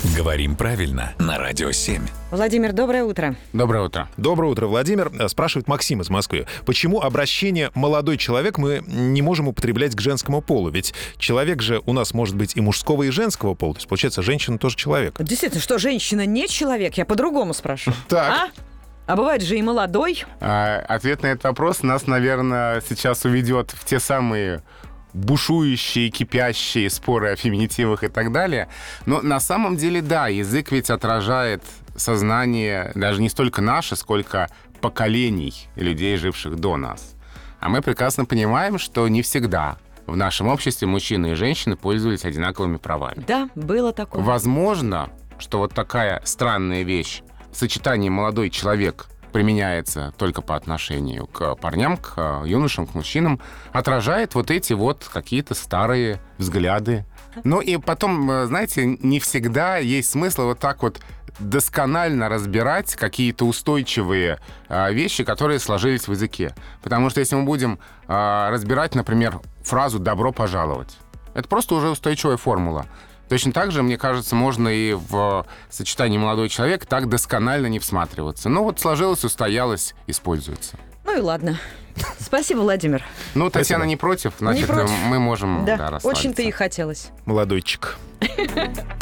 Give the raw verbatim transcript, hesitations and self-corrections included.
Говорим правильно на Радио семь. Владимир, доброе утро. Доброе утро. Доброе утро, Владимир. Спрашивает Максим из Москвы. Почему обращение «молодой человек» мы не можем употреблять к женскому полу? Ведь человек же у нас может быть и мужского, и женского пола. То есть, получается, женщина тоже человек. Действительно, что женщина не человек? Я по-другому спрашиваю. Так. А? А бывает же и молодой. А, ответ на этот вопрос нас, наверное, сейчас уведет в те самые бушующие, кипящие споры о феминитивах и так далее. Но на самом деле, да, язык ведь отражает сознание даже не столько наше, сколько поколений людей, живших до нас. А мы прекрасно понимаем, что не всегда в нашем обществе мужчины и женщины пользовались одинаковыми правами. Да, было такое. Возможно, что вот такая странная вещь в сочетании «молодой человек» применяется только по отношению к парням, к юношам, к мужчинам, отражает вот эти вот какие-то старые взгляды. Ну и потом, знаете, не всегда есть смысл вот так вот досконально разбирать какие-то устойчивые а, вещи, которые сложились в языке. Потому что если мы будем а, разбирать, например, фразу «добро пожаловать», это просто уже устойчивая формула. Точно так же, мне кажется, можно и в сочетании «молодой человек» так досконально не всматриваться. Ну вот сложилось, устоялось, используется. Ну и ладно. Спасибо, Владимир. Ну, Татьяна не против, значит, Не против. мы можем Да, да, расслабиться. очень-то и хотелось. Молодойчик.